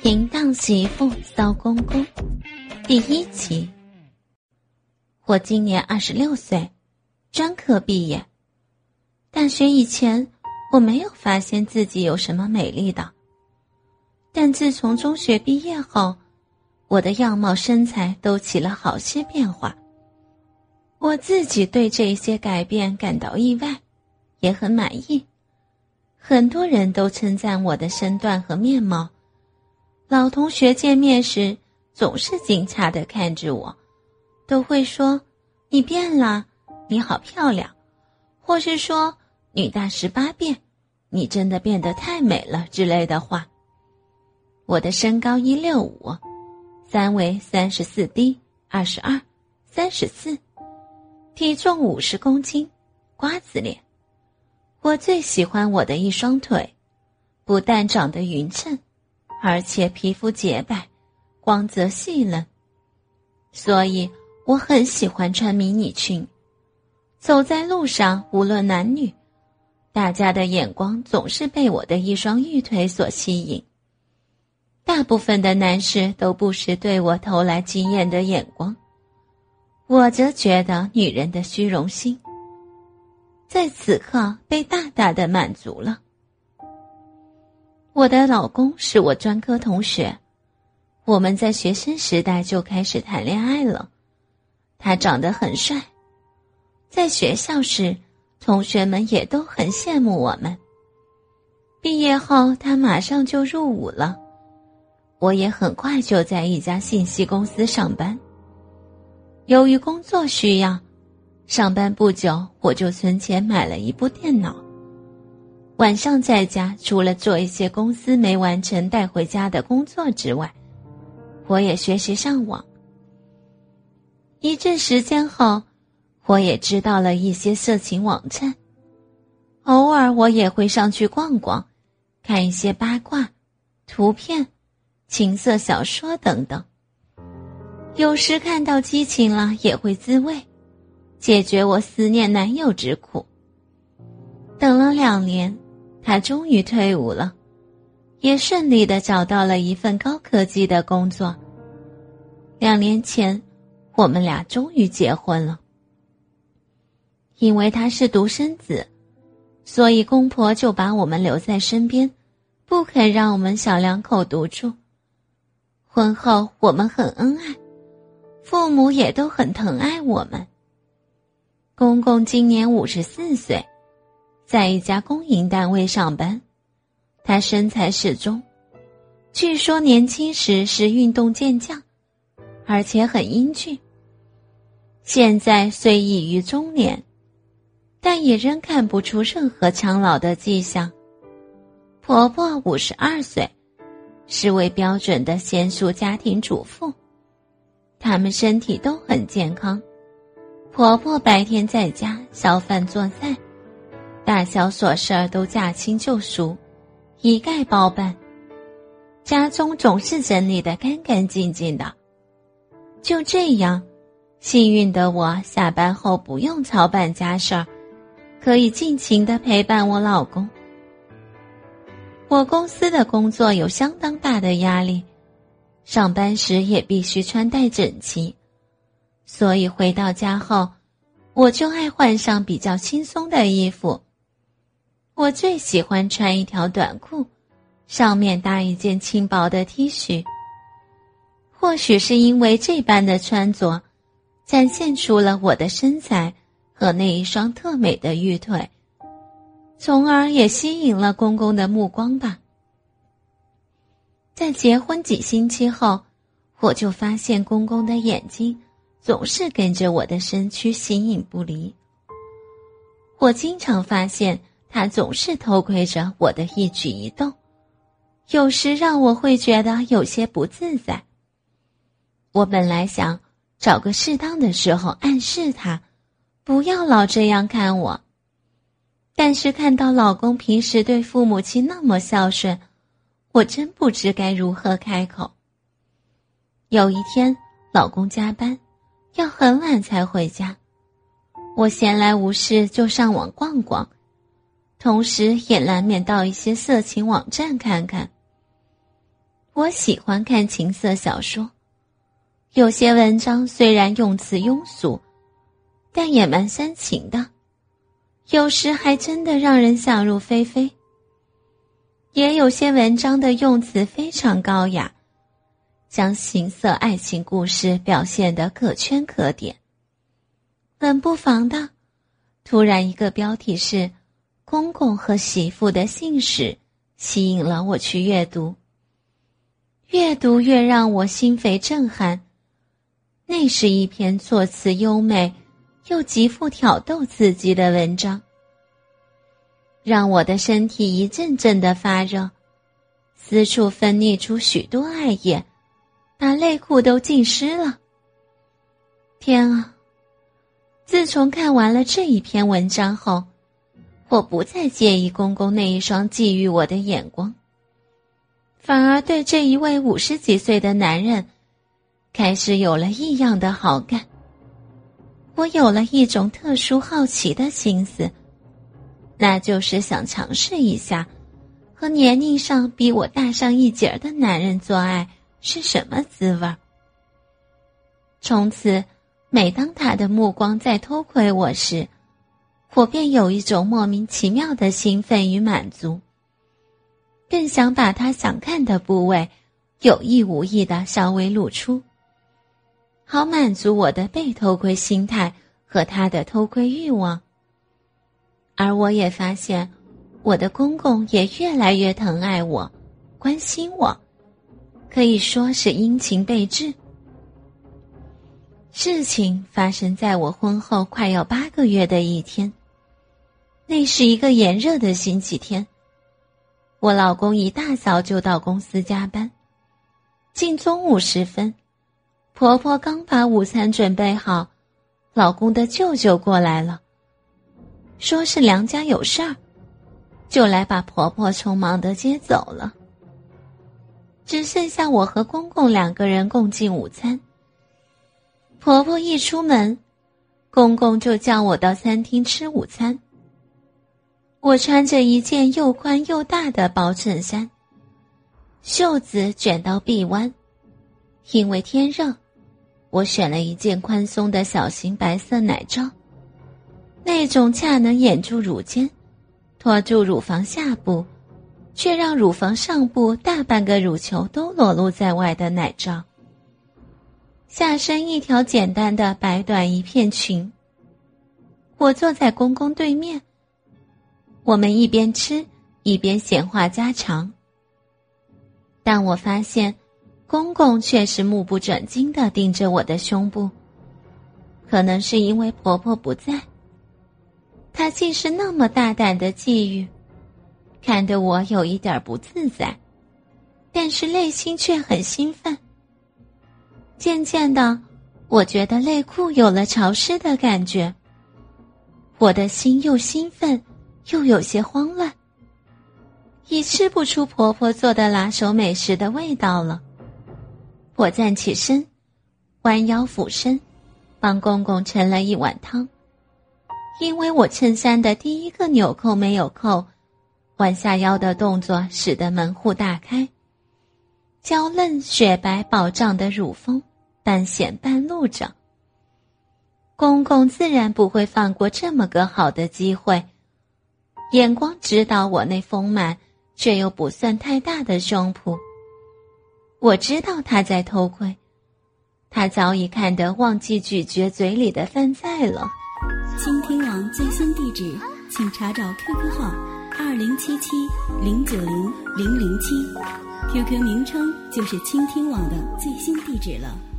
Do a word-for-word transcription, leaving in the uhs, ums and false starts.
淫荡媳妇骚公公第一集。我今年二十六岁，专科毕业。大学以前我没有发现自己有什么美丽的，但自从中学毕业后，我的样貌身材都起了好些变化。我自己对这些改变感到意外，也很满意。很多人都称赞我的身段和面貌，老同学见面时总是惊诧地看着我，都会说你变了，你好漂亮，或是说女大十八变，你真的变得太美了之类的话。我的身高一六五，三围三十四 D 二十二 三十四，体重五十公斤，瓜子脸。我最喜欢我的一双腿，不但长得匀称，而且皮肤洁白，光泽细嫩，所以我很喜欢穿迷你裙。走在路上，无论男女，大家的眼光总是被我的一双玉腿所吸引。大部分的男士都不时对我投来惊艳的眼光，我则觉得女人的虚荣心在此刻被大大的满足了。我的老公是我专科同学，我们在学生时代就开始谈恋爱了。他长得很帅，在学校时，同学们也都很羡慕我们。毕业后，他马上就入伍了，我也很快就在一家信息公司上班。由于工作需要，上班不久，我就存钱买了一部电脑。晚上在家，除了做一些公司没完成带回家的工作之外，我也学习上网。一阵时间后，我也知道了一些色情网站，偶尔我也会上去逛逛，看一些八卦、图片、情色小说等等。有时看到激情了，也会自慰，解决我思念男友之苦。等了两年，他终于退伍了，也顺利地找到了一份高科技的工作。两年前，我们俩终于结婚了。因为他是独生子，所以公婆就把我们留在身边，不肯让我们小两口独住。婚后我们很恩爱，父母也都很疼爱我们。公公今年五十四岁，在一家公营单位上班，他身材适中，据说年轻时是运动健将，而且很英俊。现在虽已于中年，但也仍看不出任何苍老的迹象。婆婆五十二岁，是位标准的娴熟家庭主妇，她们身体都很健康。婆婆白天在家烧饭做菜，大小琐事儿都驾轻就熟，一概包办，家中总是整理得干干净净的。就这样，幸运的我下班后不用操办家事儿，可以尽情地陪伴我老公。我公司的工作有相当大的压力，上班时也必须穿戴整齐，所以回到家后，我就爱换上比较轻松的衣服。我最喜欢穿一条短裤，上面搭一件轻薄的 T 恤。或许是因为这般的穿着，展现出了我的身材和那一双特美的玉腿，从而也吸引了公公的目光吧。在结婚几星期后，我就发现公公的眼睛总是跟着我的身躯形影不离。我经常发现他总是偷窥着我的一举一动，有时让我会觉得有些不自在。我本来想找个适当的时候暗示他，不要老这样看我。但是看到老公平时对父母亲那么孝顺，我真不知该如何开口。有一天，老公加班，要很晚才回家。我闲来无事就上网逛逛，同时也难免到一些色情网站看看。我我喜欢看情色小说，有些文章虽然用词庸俗，但也蛮煽情的，有时还真的让人想入非非。也有些文章的用词非常高雅，将情色爱情故事表现得可圈可点。冷不防的，突然一个标题是公公和媳妇的姓氏吸引了我去阅读，越读越让我心扉震撼。那是一篇措辞优美又极富挑逗刺激的文章，让我的身体一阵阵的发热，四处分泌出许多艾叶，把内裤都浸湿了。天啊！自从看完了这一篇文章后，我不再介意公公那一双觊觎我的眼光，反而对这一位五十几岁的男人开始有了异样的好感。我有了一种特殊好奇的心思，那就是想尝试一下和年龄上比我大上一截的男人做爱是什么滋味。从此每当他的目光在偷窥我时，我便有一种莫名其妙的兴奋与满足，更想把他想看的部位有意无意地稍微露出，好满足我的被偷窥心态和他的偷窥欲望。而我也发现，我的公公也越来越疼爱我，关心我，可以说是殷勤备至。事情发生在我婚后快要八个月的一天，那是一个炎热的星期天。我老公一大早就到公司加班，近中午时分，婆婆刚把午餐准备好，老公的舅舅过来了，说是娘家有事儿，就来把婆婆匆忙地接走了。只剩下我和公公两个人共进午餐。婆婆一出门，公公就叫我到餐厅吃午餐。我穿着一件又宽又大的薄衬衫，袖子卷到臂弯。因为天热，我选了一件宽松的小型白色奶罩，那种恰能掩住乳尖，托住乳房下部，却让乳房上部大半个乳球都裸露在外的奶罩。下身一条简单的白短一片裙。我坐在公公对面，我们一边吃一边闲话家常。但我发现公公却是目不转睛地盯着我的胸部，可能是因为婆婆不在，他竟是那么大胆的觊觎，看得我有一点不自在，但是内心却很兴奋。渐渐的，我觉得内裤有了潮湿的感觉，我的心又兴奋又有些慌乱，已吃不出婆婆做的拿手美食的味道了。我站起身，弯腰俯身，帮公公盛了一碗汤。因为我衬衫的第一个纽扣没有扣，弯下腰的动作使得门户大开，娇嫩雪白饱胀的乳峰半显半露着。公公自然不会放过这么个好的机会，眼光直捣我那丰满却又不算太大的胸脯。我知道他在偷窥，他早已看得忘记咀嚼嘴里的饭菜了。 倾听网最新地址，请查找 Q Q 号二零七七零九零零零七 ，Q Q 名称就是倾听网的最新地址了。